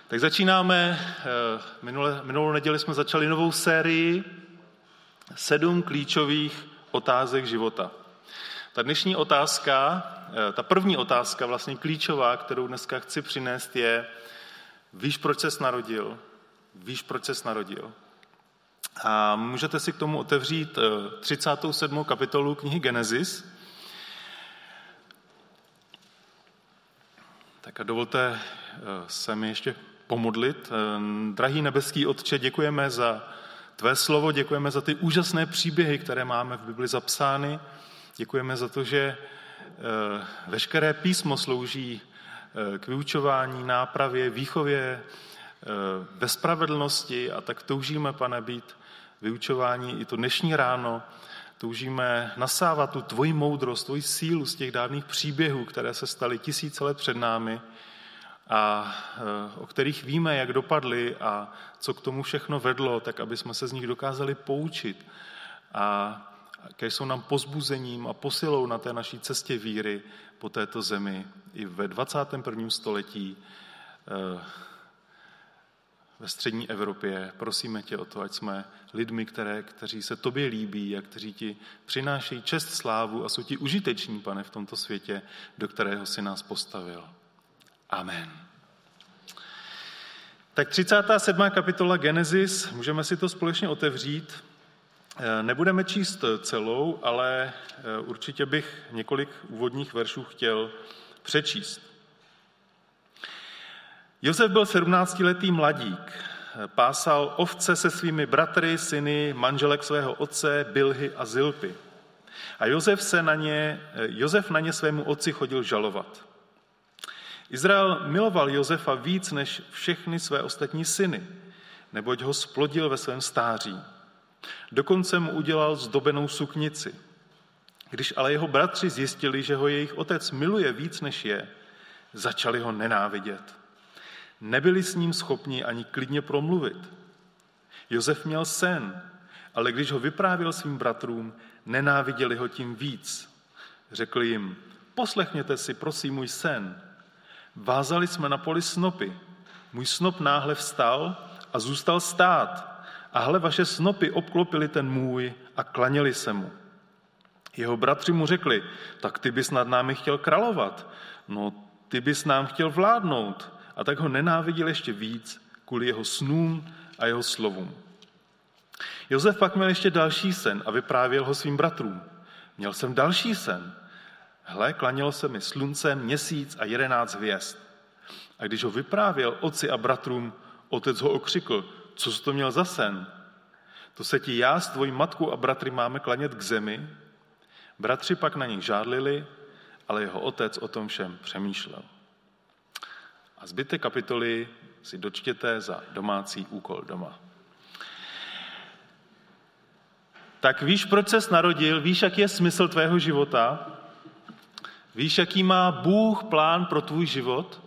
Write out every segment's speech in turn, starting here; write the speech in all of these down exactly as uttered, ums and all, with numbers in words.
Tak začínáme, minulé, minulou neděli jsme začali novou sérii sedm klíčových otázek života. Ta dnešní otázka, ta první otázka, vlastně klíčová, kterou dneska chci přinést, je: víš, proč ses narodil? Víš, proč ses narodil? A můžete si k tomu otevřít třicátou sedmou kapitolu knihy Genesis. Tak a dovolte se mi ještě pomodlit. Drahý nebeský Otče, děkujeme za tvé slovo, děkujeme za ty úžasné příběhy, které máme v Bibli zapsány. Děkujeme za to, že veškeré písmo slouží k vyučování, nápravě, výchově, ve spravedlnosti, a tak toužíme, Pane, být vyučování i to dnešní ráno. Toužíme nasávat tu tvoji moudrost, tvoji sílu z těch dávných příběhů, které se staly tisíce let před námi a o kterých víme, jak dopadly a co k tomu všechno vedlo, tak aby jsme se z nich dokázali poučit a které jsou nám povzbuzením a posilou na té naší cestě víry po této zemi i ve dvacátém prvním století ve střední Evropě. Prosíme tě o to, ať jsme lidmi, které, kteří se tobě líbí a kteří ti přinášejí čest, slávu a jsou ti užiteční, Pane, v tomto světě, do kterého si nás postavil. Amen. Tak třicátá sedmá kapitola Genesis, můžeme si to společně otevřít. Nebudeme číst celou, ale určitě bych několik úvodních veršů chtěl přečíst. Josef byl sedmnáctiletý mladík, pásal ovce se svými bratry, syny, manželek svého otce, Bilhy a Zilpy. A Josef, se na ně, Josef na ně svému otci chodil žalovat. Izrael miloval Josefa víc než všechny své ostatní syny, neboť ho splodil ve svém stáří. Dokonce mu udělal zdobenou suknici. Když ale jeho bratři zjistili, že ho jejich otec miluje víc než je, začali ho nenávidět. Nebyli s ním schopni ani klidně promluvit. Josef měl sen, ale když ho vyprávěl svým bratrům, nenáviděli ho tím víc. Řekli jim: poslechněte si, prosím, můj sen. Vázali jsme na poli snopy. Můj snop náhle vstal a zůstal stát. A hle, vaše snopy obklopily ten můj a klaněli se mu. Jeho bratři mu řekli: tak ty bys nad námi chtěl královat. No, ty bys nám chtěl vládnout. A tak ho nenáviděl ještě víc kvůli jeho snům a jeho slovům. Josef pak měl ještě další sen a vyprávěl ho svým bratrům. Měl jsem další sen. Hle, klanělo se mi slunce, měsíc a jedenáct hvězd. A když ho vyprávěl otci a bratrům, otec ho okřikl: co jsi to měl za sen? To se ti já s tvojí matkou a bratry máme klanět k zemi? Bratři pak na něj žádlili, ale jeho otec o tom všem přemýšlel. A zbytek kapitoly si dočtěte za domácí úkol doma. Tak víš, proč ses narodil? Víš, jaký je smysl tvého života? Víš, jaký má Bůh plán pro tvůj život?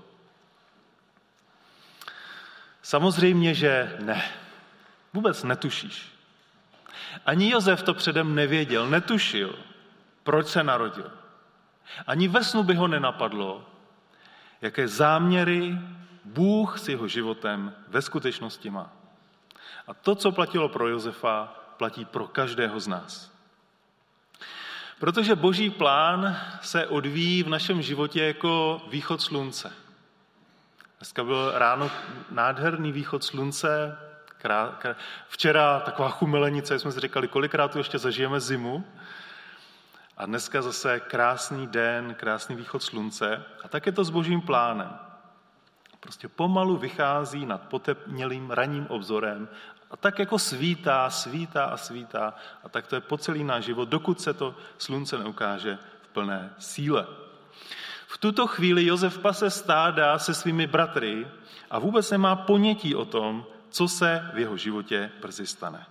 Samozřejmě, že ne. Vůbec netušíš. Ani Josef to předem nevěděl, netušil, proč se narodil. Ani ve snu by ho nenapadlo, jaké záměry Bůh s jeho životem ve skutečnosti má. A to, co platilo pro Josefa, platí pro každého z nás. Protože Boží plán se odvíjí v našem životě jako východ slunce. Dneska byl ráno nádherný východ slunce, krá, krá, včera taková chumelenice, jsme si říkali, kolikrát tu ještě zažijeme zimu. A dneska zase krásný den, krásný východ slunce. A tak je to s Božím plánem. Prostě pomalu vychází nad potepnělým ranním obzorem a tak jako svítá, svítá a svítá. A tak to je po celý náš život, dokud se to slunce neukáže v plné síle. V tuto chvíli Josef pase stáda se svými bratry a vůbec nemá ponětí o tom, co se v jeho životě brzy stane.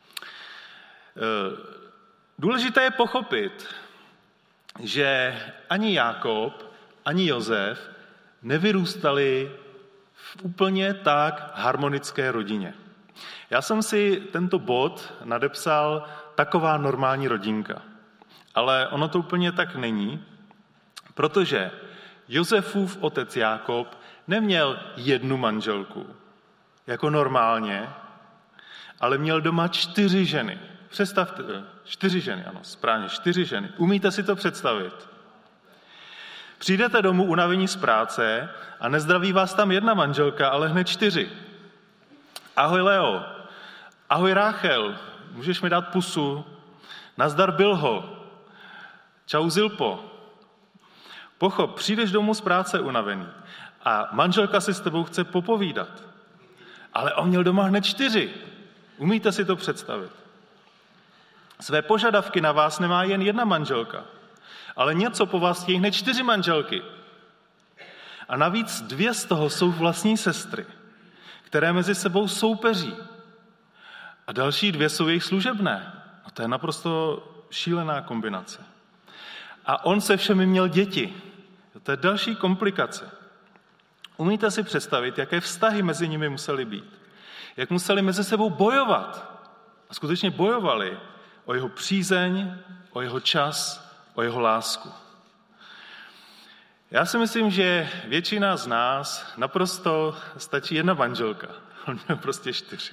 Důležité je pochopit, že ani Jákob, ani Josef nevyrůstali v úplně tak harmonické rodině. Já jsem si tento bod nadepsal taková normální rodinka. Ale ono to úplně tak není, protože Josefův otec Jákob neměl jednu manželku, jako normálně, ale měl doma čtyři ženy. Představte, čtyři ženy, ano, správně, čtyři ženy. Umíte si to představit? Přijdete domů unavení z práce a nezdraví vás tam jedna manželka, ale hned čtyři. Ahoj Leo, ahoj Ráchel, můžeš mi dát pusu? Nazdar Bilho, čau Zilpo. Pochop, přijdeš domů z práce unavený a manželka si s tebou chce popovídat. Ale on měl doma hned čtyři. Umíte si to představit? Své požadavky na vás nemá jen jedna manželka, ale něco po vás chtějí hned čtyři manželky. A navíc dvě z toho jsou vlastní sestry, které mezi sebou soupeří. A další dvě jsou jejich služebné. No to je naprosto šílená kombinace. A on se všemi měl děti. To je další komplikace. Umíte si představit, jaké vztahy mezi nimi musely být? Jak museli mezi sebou bojovat? A skutečně bojovali o jeho přízeň, o jeho čas, o jeho lásku. Já si myslím, že většina z nás naprosto stačí jedna manželka. On měl prostě čtyři.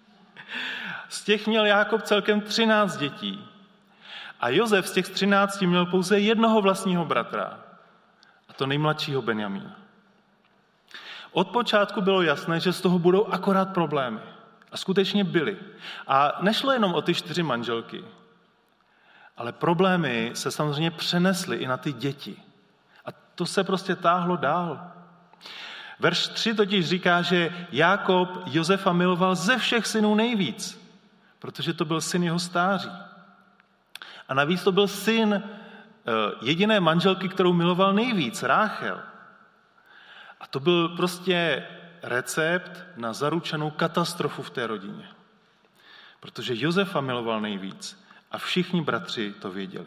Z těch měl Jákob celkem třináct dětí. A Josef z těch třinácti měl pouze jednoho vlastního bratra. A to nejmladšího Benjamína. Od počátku bylo jasné, že z toho budou akorát problémy. A skutečně byly. A nešlo jenom o ty čtyři manželky. Ale problémy se samozřejmě přenesly i na ty děti. A to se prostě táhlo dál. Verš tři totiž říká, že Jákob Josefa miloval ze všech synů nejvíc, protože to byl syn jeho stáří. A navíc to byl syn jediné manželky, kterou miloval nejvíc, Ráchel. A to byl prostě recept na zaručenou katastrofu v té rodině. Protože Josefa miloval nejvíc a všichni bratři to věděli.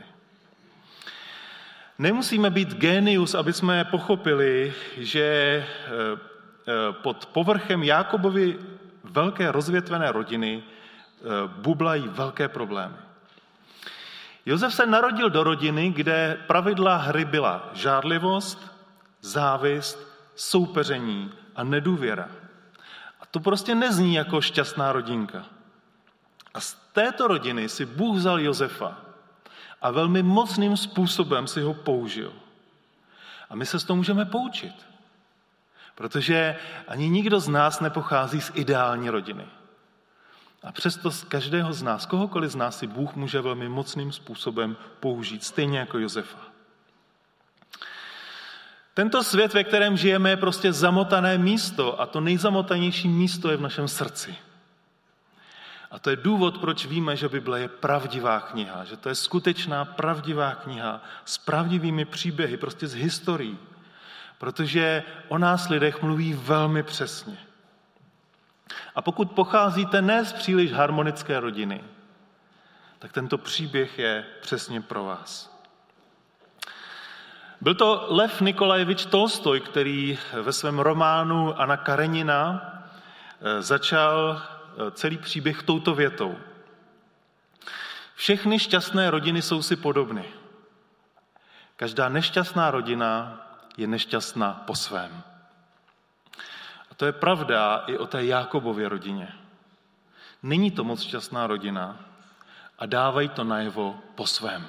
Nemusíme být génius, aby jsme pochopili, že pod povrchem Jákobovy velké rozvětvené rodiny bublají velké problémy. Josef se narodil do rodiny, kde pravidla hry byla žárlivost, závist, soupeření a nedůvěra. A to prostě nezní jako šťastná rodinka. A z této rodiny si Bůh vzal Josefa a velmi mocným způsobem si ho použil. A my se z toho můžeme poučit. Protože ani nikdo z nás nepochází z ideální rodiny. A přesto z každého z nás, kohokoliv z nás si Bůh může velmi mocným způsobem použít, stejně jako Josefa. Tento svět, ve kterém žijeme, je prostě zamotané místo a to nejzamotanější místo je v našem srdci. A to je důvod, proč víme, že Bible je pravdivá kniha, že to je skutečná pravdivá kniha s pravdivými příběhy, prostě z historií. Protože o nás lidech mluví velmi přesně. A pokud pocházíte ne z příliš harmonické rodiny, tak tento příběh je přesně pro vás. Byl to Lev Nikolajevič Tolstoj, který ve svém románu Anna Karenina začal celý příběh touto větou. Všechny šťastné rodiny jsou si podobny. Každá nešťastná rodina je nešťastná po svém. A to je pravda i o té Jákobově rodině. Není to moc šťastná rodina a dávají to najevo po svém.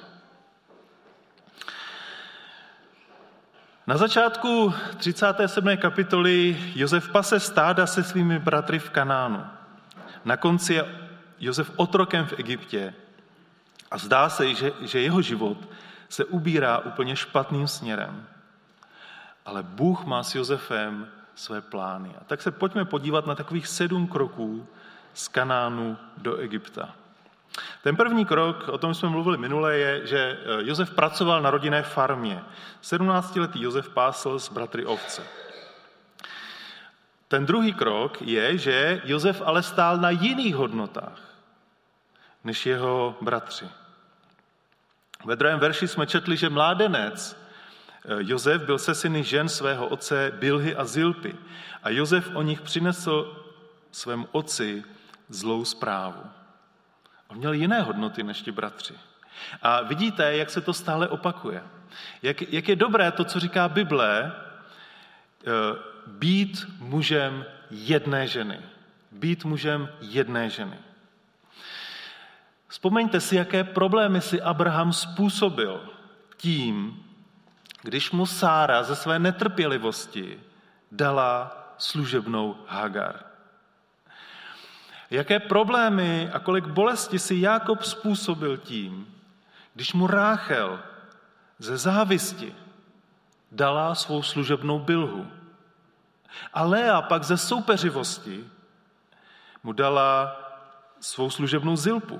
Na začátku třicáté sedmé kapitoly Josef pase stáda se svými bratry v Kanánu. Na konci je Josef otrokem v Egyptě a zdá se, že, že jeho život se ubírá úplně špatným směrem. Ale Bůh má s Josefem své plány. A tak se pojďme podívat na takových sedm kroků z Kanánu do Egypta. Ten první krok, o tom jsme mluvili minule, je, že Josef pracoval na rodinné farmě. sedmnáctiletý Josef pásl s bratry ovce. Ten druhý krok je, že Josef ale stál na jiných hodnotách než jeho bratři. Ve druhém verši jsme četli, že mládenec Josef byl se syny žen svého otce Bilhy a Zilpy a Josef o nich přinesl svému otci zlou zprávu. On měl jiné hodnoty než ti bratři. A vidíte, jak se to stále opakuje. Jak, jak je dobré to, co říká Bible, být mužem jedné ženy. Být mužem jedné ženy. Vzpomeňte si, jaké problémy si Abraham způsobil tím, když mu Sára ze své netrpělivosti dala služebnou Hagar. Jaké problémy a kolik bolesti si Jákob způsobil tím, když mu Ráchel ze závisti dala svou služebnou Bilhu. A Lea pak ze soupeřivosti mu dala svou služebnou Zilpu.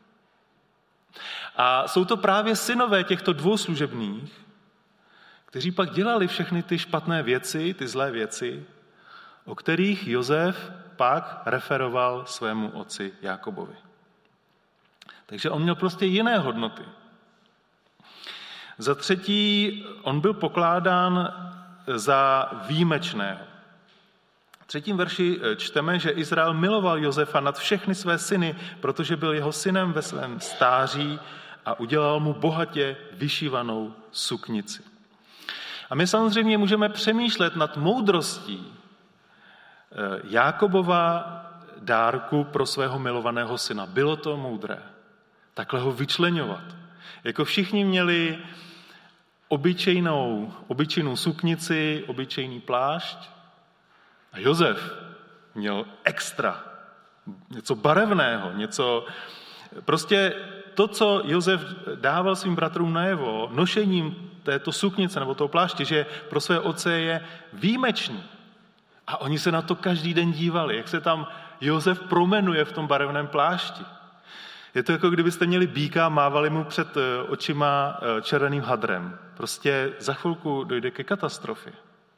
A jsou to právě synové těchto dvou služebných, kteří pak dělali všechny ty špatné věci, ty zlé věci, o kterých Josef pak referoval svému otci Jákobovi. Takže on měl prostě jiné hodnoty. Za třetí, on byl pokládán za výjimečného. V třetím verši čteme, že Izrael miloval Josefa nad všechny své syny, protože byl jeho synem ve svém stáří a udělal mu bohatě vyšívanou suknici. A my samozřejmě můžeme přemýšlet nad moudrostí Jákobova dárku pro svého milovaného syna. Bylo to moudré. Takhle ho vyčleňovat. Jako všichni měli obyčejnou, obyčejnou suknici, obyčejný plášť a Josef měl extra, něco barevného, něco, prostě to, co Josef dával svým bratrům najevo, nošením této suknice nebo toho pláště, že pro své otce je výjimečný. A oni se na to každý den dívali, jak se tam Josef promenuje v tom barevném plášti. Je to jako kdybyste měli býka a mávali mu před očima červeným hadrem. Prostě za chvilku dojde ke katastrofě.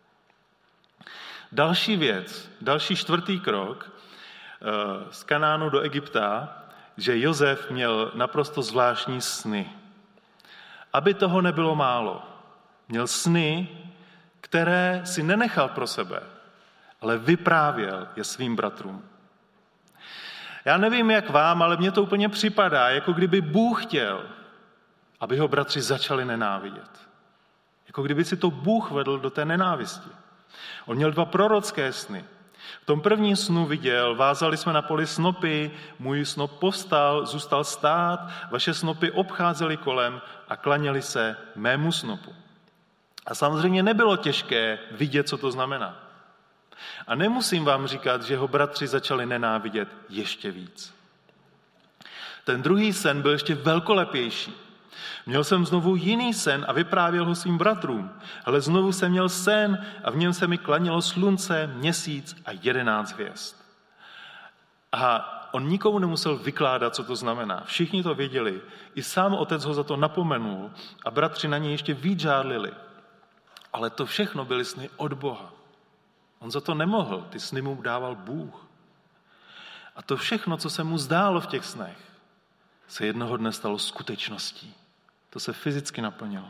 Další věc, další čtvrtý krok z Kanánu do Egypta, že Josef měl naprosto zvláštní sny. Aby toho nebylo málo. Měl sny, které si nenechal pro sebe, ale vyprávěl je svým bratrům. Já nevím, jak vám, ale mně to úplně připadá, jako kdyby Bůh chtěl, aby ho bratři začali nenávidět. Jako kdyby si to Bůh vedl do té nenávisti. On měl dva prorocké sny. V tom prvním snu viděl, vázali jsme na poli snopy, můj snop povstal, zůstal stát, vaše snopy obcházely kolem a klaněli se mému snopu. A samozřejmě nebylo těžké vidět, co to znamená. A nemusím vám říkat, že ho bratři začali nenávidět ještě víc. Ten druhý sen byl ještě velkolepější. Měl jsem znovu jiný sen a vyprávěl ho svým bratrům, ale znovu jsem měl sen a v něm se mi klanilo slunce, měsíc a jedenáct hvězd. A on nikomu nemusel vykládat, co to znamená. Všichni to věděli. I sám otec ho za to napomenul a bratři na něj ještě víc žádlili. Ale to všechno byly sny od Boha. On za to nemohl, ty sny mu dával Bůh. A to všechno, co se mu zdálo v těch snech, se jednoho dne stalo skutečností. To se fyzicky naplnilo.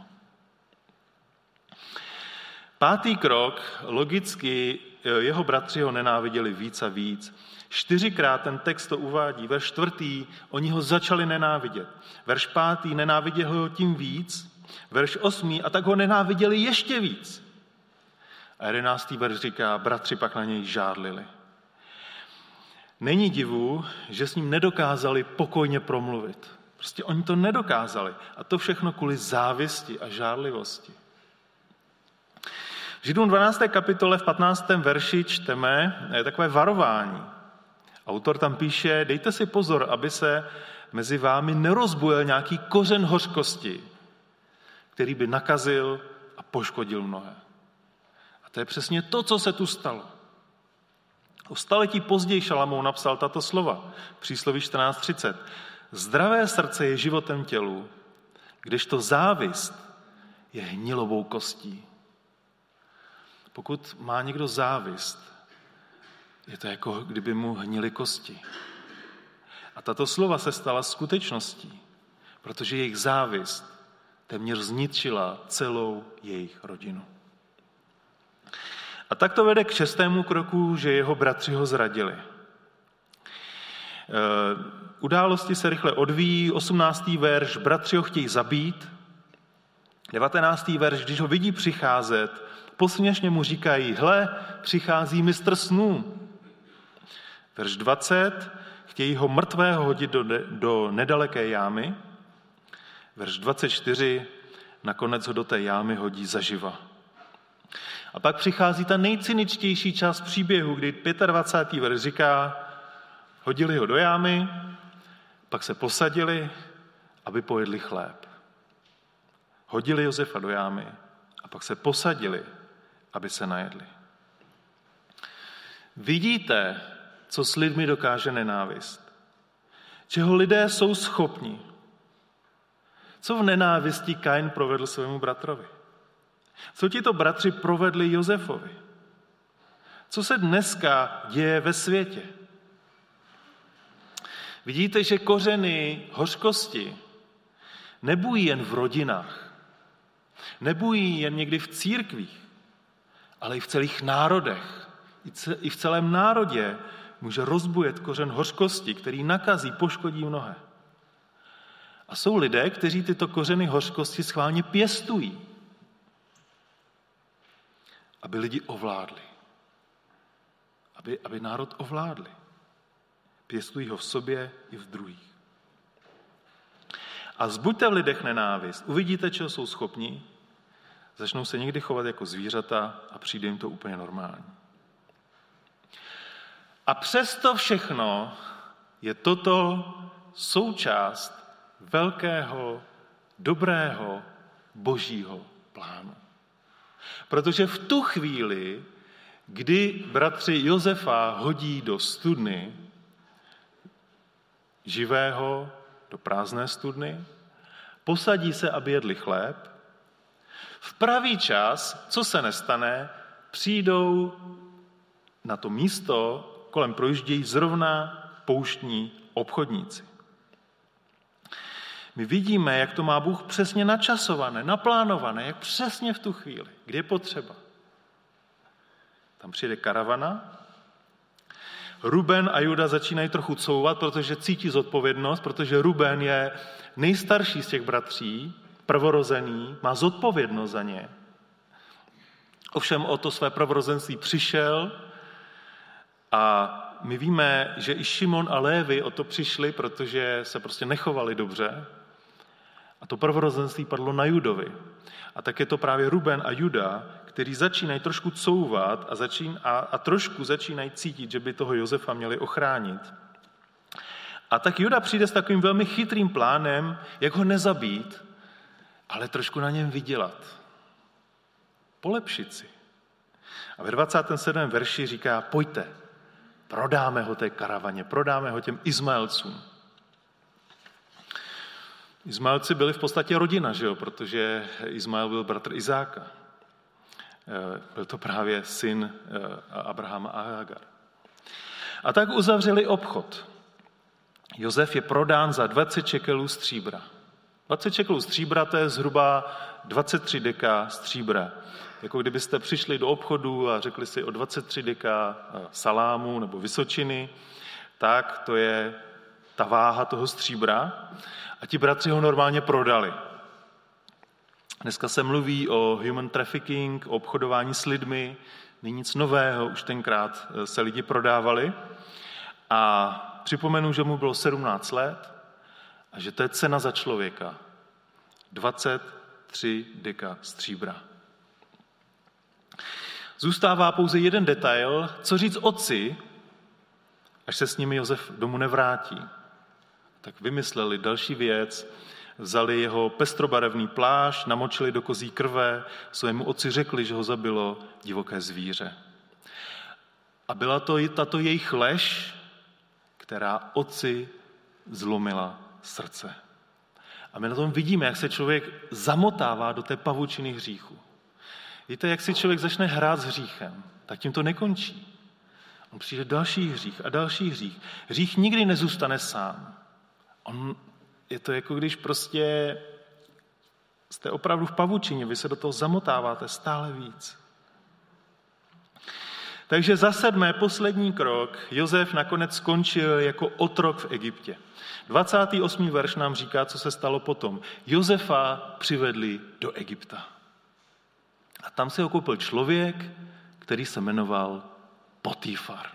Pátý krok, logicky jeho bratři ho nenáviděli víc a víc. Čtyřikrát ten text to uvádí. Verš čtvrtý, oni ho začali nenávidět. Verš pátý, nenáviděli ho tím víc. Verš osmý, a tak ho nenáviděli ještě víc. A jedenáctý verš říká, bratři pak na něj žádlili. Není divu, že s ním nedokázali pokojně promluvit. Prostě oni to nedokázali. A to všechno kvůli závisti a žádlivosti. V Židům dvanácté kapitole v patnáctém verši čteme takové varování. Autor tam píše, dejte si pozor, aby se mezi vámi nerozbujel nějaký kořen hořkosti, který by nakazil a poškodil mnohé. A to je přesně to, co se tu stalo. O staletí později Šalamoun napsal tato slova, přísloví čtrnáct třicet. Zdravé srdce je životem tělu, kdežto závist je hnilovou kostí. Pokud má někdo závist, je to jako kdyby mu hnily kosti. A tato slova se stala skutečností, protože jejich závist téměř zničila celou jejich rodinu. A tak to vede k šestému kroku, že jeho bratři ho zradili. Události se rychle odvíjí, osmnáctý verš, bratři ho chtějí zabít, devatenáctý verš, když ho vidí přicházet, posměšně mu říkají, hle, přichází mistr snů. Verš dvacet, chtějí ho mrtvého hodit do, do nedaleké jámy. Verš dvacet čtyři, nakonec ho do té jámy hodí zaživa. A pak přichází ta nejcyničtější část příběhu, kdy dvacátý pátý verš říká, hodili ho do jámy, pak se posadili, aby pojedli chléb. Hodili Josefa do jámy a pak se posadili, aby se najedli. Vidíte, co s lidmi dokáže nenávist? Čeho lidé jsou schopni? Co v nenávisti Kain provedl svému bratrovi? Co tito bratři provedli Josefovi? Co se dneska děje ve světě? Vidíte, že kořeny hořkosti nebují jen v rodinách, nebují jen někdy v církvích, ale i v celých národech. I v celém národě může rozbujet kořen hořkosti, který nakazí, poškodí mnohé. A jsou lidé, kteří tyto kořeny hořkosti schválně pěstují, aby lidi ovládli. Aby, aby národ ovládli. Pěstují ho v sobě i v druhých. A zbuďte v lidech nenávist. Uvidíte, čeho jsou schopni. Začnou se někdy chovat jako zvířata a přijde jim to úplně normální. A přesto všechno je toto součást velkého, dobrého, božího plánu. Protože v tu chvíli, kdy bratři Josefa hodí do studny živého, do prázdné studny, posadí se, aby jedli chléb, v pravý čas, co se nestane, přijdou na to místo, kolem projíždějí zrovna pouštní obchodníci. My vidíme, jak to má Bůh přesně načasované, naplánované, jak přesně v tu chvíli, kdy je potřeba. Tam přijde karavana, Ruben a Juda začínají trochu couvat, protože cítí zodpovědnost, protože Ruben je nejstarší z těch bratří, prvorozený, má zodpovědnost za ně. Ovšem o to své prvorozenství přišel a my víme, že i Šimon a Lévi o to přišli, protože se prostě nechovali dobře. A to prvorozenství padlo na Judovi. A tak je to právě Ruben a Juda, kteří začínají trošku couvat a, začín, a, a trošku začínají cítit, že by toho Josefa měli ochránit. A tak Juda přijde s takovým velmi chytrým plánem, jak ho nezabít, ale trošku na něm vydělat. Polepšit si. A ve dvacátém sedmém verši říká, pojďte, prodáme ho té karavaně, prodáme ho těm Izmaelcům. Izmaelci byli v podstatě rodina, že jo? Protože Izmael byl bratr Izáka. Byl to právě syn Abrahama a Hagar. A tak uzavřeli obchod. Josef je prodán za dvacet šekelů stříbra. dvacet šekelů stříbra, to je zhruba dvacet tři deka stříbra. Jako kdybyste přišli do obchodu a řekli si o dvacet tři deka salámu nebo vysočiny, tak to je ta váha toho stříbra. A ti bratři ho normálně prodali. Dneska se mluví o human trafficking, o obchodování s lidmi. Není nic nového, už tenkrát se lidi prodávali. A připomenu, že mu bylo sedmnáct let a že to je cena za člověka. dvacet tři deka stříbra. Zůstává pouze jeden detail, co říct otci, až se s nimi Josef domů nevrátí. Tak vymysleli další věc, vzali jeho pestrobarevný plášť, namočili do kozí krve, svému otci řekli, že ho zabilo divoké zvíře. A byla to i tato jejich lež, která otci zlomila srdce. A my na tom vidíme, jak se člověk zamotává do té pavučiny hříchu. Víte, jak si člověk začne hrát s hříchem, tak tím to nekončí. On přijde další hřích a další hřích. Hřích nikdy nezůstane sám. On, je to jako když prostě jste opravdu v pavučině, vy se do toho zamotáváte stále víc. Takže za sedmé, poslední krok, Josef nakonec skončil jako otrok v Egyptě. dvacátý osmý verš nám říká, co se stalo potom. Josefa přivedli do Egypta. A tam si ho koupil člověk, který se jmenoval Potifar.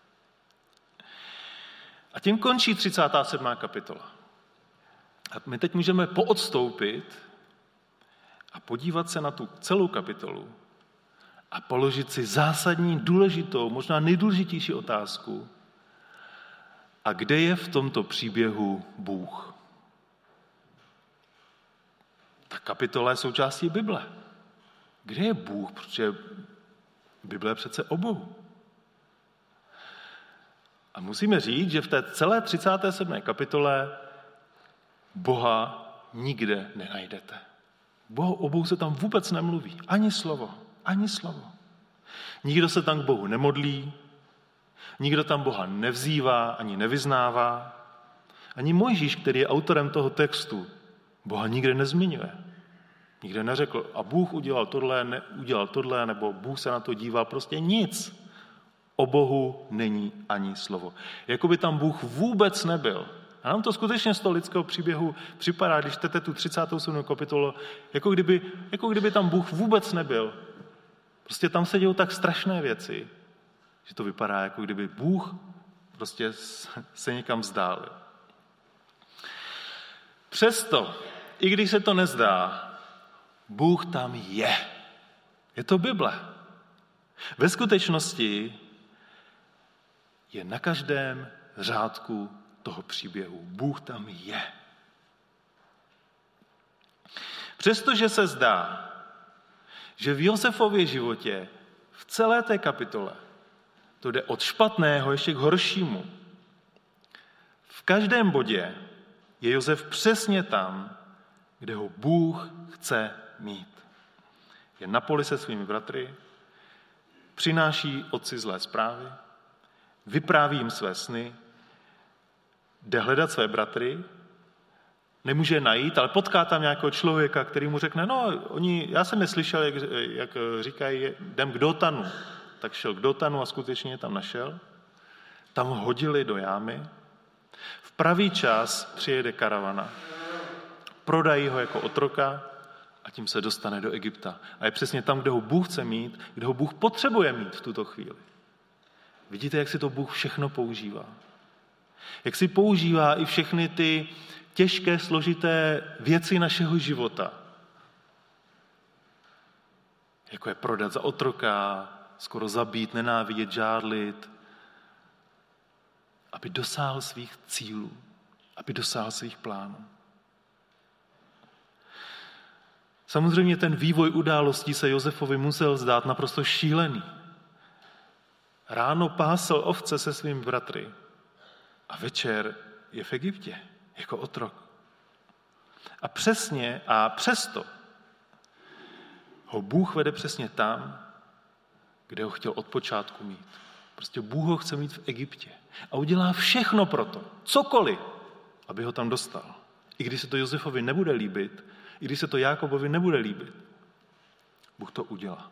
A tím končí třicátá sedmá kapitola. A my teď můžeme poodstoupit a podívat se na tu celou kapitolu a položit si zásadní, důležitou, možná nejdůležitější otázku. A kde je v tomto příběhu Bůh? Ta kapitola je součástí Bible. Kde je Bůh? Protože Bible je přece o Bohu. A musíme říct, že v té celé třicáté sedmé kapitole Boha nikde nenajdete. Bohu, o Bohu se tam vůbec nemluví. Ani slovo. Ani slovo. Nikdo se tam k Bohu nemodlí, nikdo tam Boha nevzývá, ani nevyznává. Ani Mojžíš, který je autorem toho textu, Boha nikde nezmiňuje. Nikde neřekl, a Bůh udělal tohle, neudělal tohle, nebo Bůh se na to díval, prostě nic. O Bohu není ani slovo. Jakoby tam Bůh vůbec nebyl. A nám to skutečně z toho lidského příběhu připadá, když čtete tu třicátou sedmou kapitolu, jako kdyby, jako kdyby tam Bůh vůbec nebyl. Prostě tam se dějou tak strašné věci, že to vypadá, jako kdyby Bůh prostě se někam vzdálil. Přesto, i když se to nezdá, Bůh tam je. Je to Bible. Ve skutečnosti je na každém řádku toho příběhu. Bůh tam je. Přestože se zdá, že v Josefově životě, v celé té kapitole, to jde od špatného ještě k horšímu. V každém bodě je Josef přesně tam, kde ho Bůh chce mít. Je na poli se svými bratry, přináší otci zlé zprávy, vypráví jim své sny, jde hledat své bratry, nemůže je najít, ale potká tam nějakého člověka, který mu řekne, no, oni, já jsem je slyšel, jak, jak říkají, jdem k Dotanu. Tak šel k Dotanu a skutečně je tam našel. Tam ho hodili do jámy. V pravý čas přijede karavana. Prodají ho jako otroka a tím se dostane do Egypta. A je přesně tam, kde ho Bůh chce mít, kde ho Bůh potřebuje mít v tuto chvíli. Vidíte, jak si to Bůh všechno používá. Jak si používá i všechny ty těžké, složité věci našeho života. Jako je prodat za otroka, skoro zabít, nenávidět, žádlit, aby dosáhl svých cílů, aby dosáhl svých plánů. Samozřejmě ten vývoj událostí se Josefovi musel zdát naprosto šílený. Ráno pásl ovce se svými bratry a večer je v Egyptě jako otrok. A přesně a přesto ho Bůh vede přesně tam, kde ho chtěl od počátku mít. Prostě Bůh ho chce mít v Egyptě. A udělá všechno pro to, cokoliv, aby ho tam dostal. I když se to Josefovi nebude líbit, i když se to Jákobovi nebude líbit, Bůh to udělá.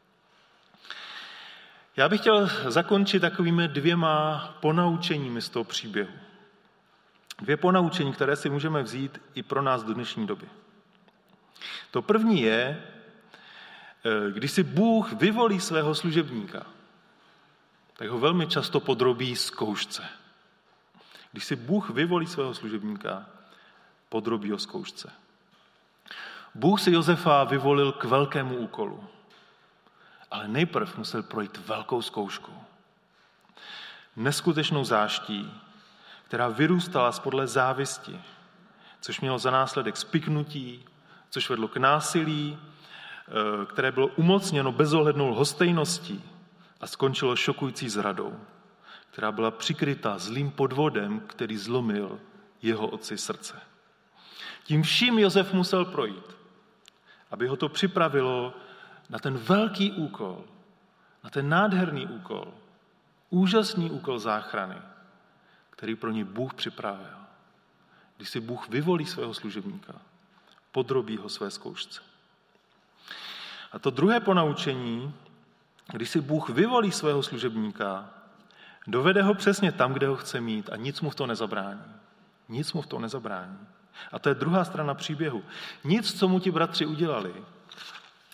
Já bych chtěl zakončit takovými dvěma ponaučeními z toho příběhu. Dvě ponaučení, které si můžeme vzít i pro nás do dnešní doby. To první je, když si Bůh vyvolí svého služebníka, tak ho velmi často podrobí zkoušce. Když si Bůh vyvolí svého služebníka, podrobí ho zkoušce. Bůh si Josefa vyvolil k velkému úkolu, ale nejprv musel projít velkou zkouškou. Neskutečnou záští, která vyrůstala z podle závisti, což mělo za následek spiknutí, což vedlo k násilí, které bylo umocněno bezohlednou lhostejností a skončilo šokující zradou, která byla přikrytá zlým podvodem, který zlomil jeho otci srdce. Tím vším Josef musel projít, aby ho to připravilo na ten velký úkol, na ten nádherný úkol, úžasný úkol záchrany, který pro něj Bůh připravil. Když si Bůh vyvolí svého služebníka, podrobí ho své zkoušce. A to druhé ponaučení, když si Bůh vyvolí svého služebníka, dovede ho přesně tam, kde ho chce mít a nic mu v tom nezabrání. Nic mu v tom nezabrání. A to je druhá strana příběhu. Nic, co mu ti bratři udělali,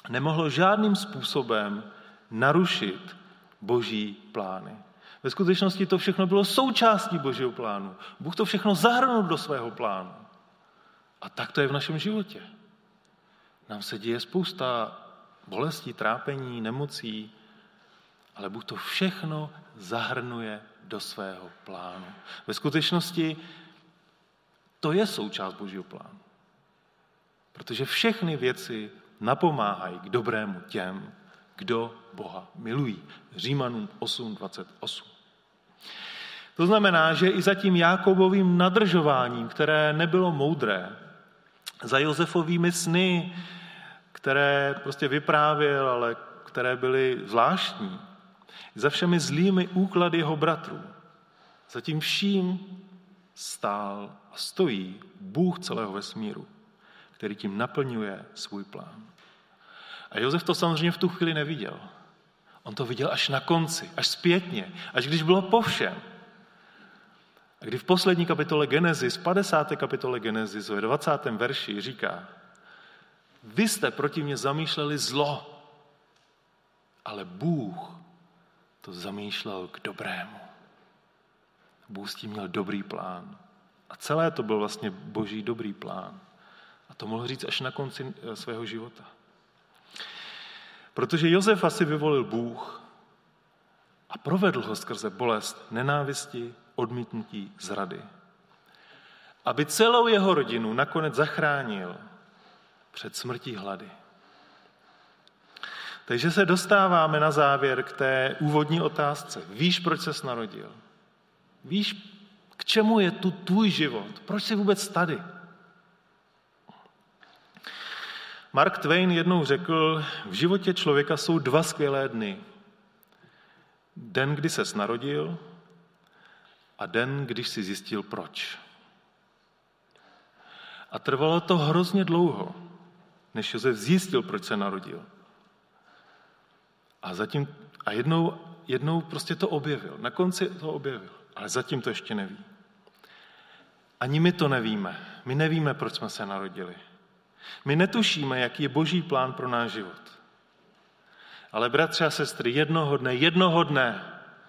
nemohlo žádným způsobem narušit Boží plány. Ve skutečnosti to všechno bylo součástí Božího plánu. Bůh to všechno zahrnul do svého plánu. A tak to je v našem životě. Nám se děje spousta bolestí, trápení, nemocí, ale Bůh to všechno zahrnuje do svého plánu. Ve skutečnosti to je součást Božího plánu. Protože všechny věci napomáhají k dobrému těm, kdo Boha milují. Římanům osm dvacet osm. To znamená, že i za tím Jákobovým nadržováním, které nebylo moudré, za Josefovými sny, které prostě vyprávěl, ale které byly zvláštní, za všemi zlými úklady jeho bratrů, za tím vším stál a stojí Bůh celého vesmíru, který tím naplňuje svůj plán. A Josef to samozřejmě v tu chvíli neviděl. On to viděl až na konci, až zpětně, až když bylo po všem. A kdy v poslední kapitole Genesis, v padesáté kapitole Genesis, ve dvacátém verši říká: vy jste proti mně zamýšleli zlo, ale Bůh to zamýšlel k dobrému. Bůh s tím měl dobrý plán. A celé to byl vlastně Boží dobrý plán. A to mohl říct až na konci svého života. Protože Josefa si vyvolil Bůh a provedl ho skrze bolest nenávisti, odmítnutí, zrady. Aby celou jeho rodinu nakonec zachránil před smrtí hlady. Takže se dostáváme na závěr k té úvodní otázce. Víš, proč ses narodil? Víš, k čemu je tu tvůj život? Proč jsi vůbec tady? Mark Twain jednou řekl, v životě člověka jsou dva skvělé dny. Den, kdy ses narodil, a den, když si zjistil proč. A trvalo to hrozně dlouho, než Josef zjistil, proč se narodil. A zatím, a jednou, jednou prostě to objevil. Na konci to objevil, ale zatím to ještě neví. Ani my to nevíme. My nevíme, proč jsme se narodili. My netušíme, jaký je Boží plán pro náš život. Ale bratři a sestry, jednoho dne, jednoho dne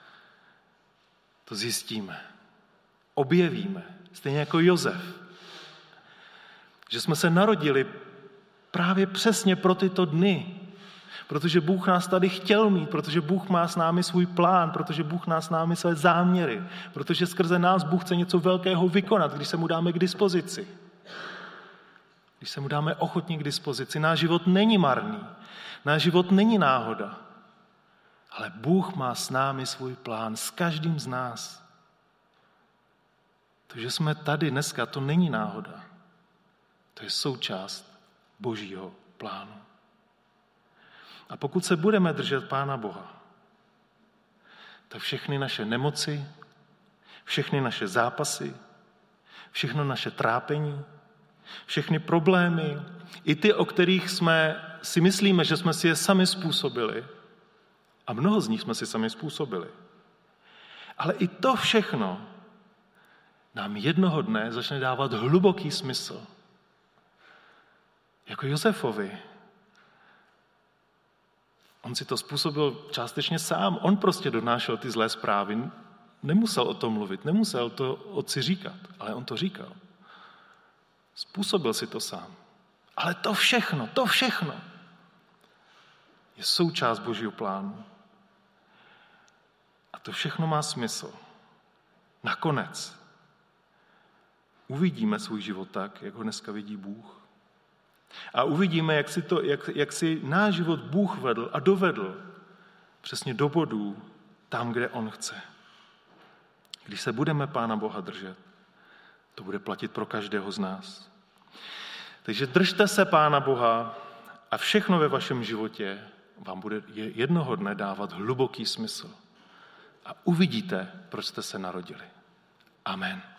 to zjistíme. Objevíme. Stejně jako Josef. Že jsme se narodili právě přesně pro tyto dny. Protože Bůh nás tady chtěl mít, protože Bůh má s námi svůj plán, protože Bůh má s námi své záměry, protože skrze nás Bůh chce něco velkého vykonat, když se mu dáme k dispozici. Když se mu dáme ochotně k dispozici. Náš život není marný, náš život není náhoda, ale Bůh má s námi svůj plán, s každým z nás. To, že jsme tady dneska, to není náhoda. To je součást Božího plánu. A pokud se budeme držet Pána Boha, tak všechny naše nemoci, všechny naše zápasy, všechno naše trápení, všechny problémy, i ty, o kterých jsme si myslíme, že jsme si je sami způsobili, a mnoho z nich jsme si sami způsobili, ale i to všechno nám jednoho dne začne dávat hluboký smysl. Jako Josefovi. On si to způsobil částečně sám. On prostě donášel ty zlé zprávy. Nemusel o tom mluvit, nemusel to otci říkat, ale on to říkal. Způsobil si to sám. Ale to všechno, to všechno je součást Božího plánu. A to všechno má smysl. Nakonec uvidíme svůj život tak, jak ho dneska vidí Bůh. A uvidíme, jak si, to, jak, jak si náš život Bůh vedl a dovedl přesně do bodů tam, kde on chce. Když se budeme Pána Boha držet, to bude platit pro každého z nás. Takže držte se Pána Boha a všechno ve vašem životě vám bude jednoho dne dávat hluboký smysl. A uvidíte, proč jste se narodili. Amen.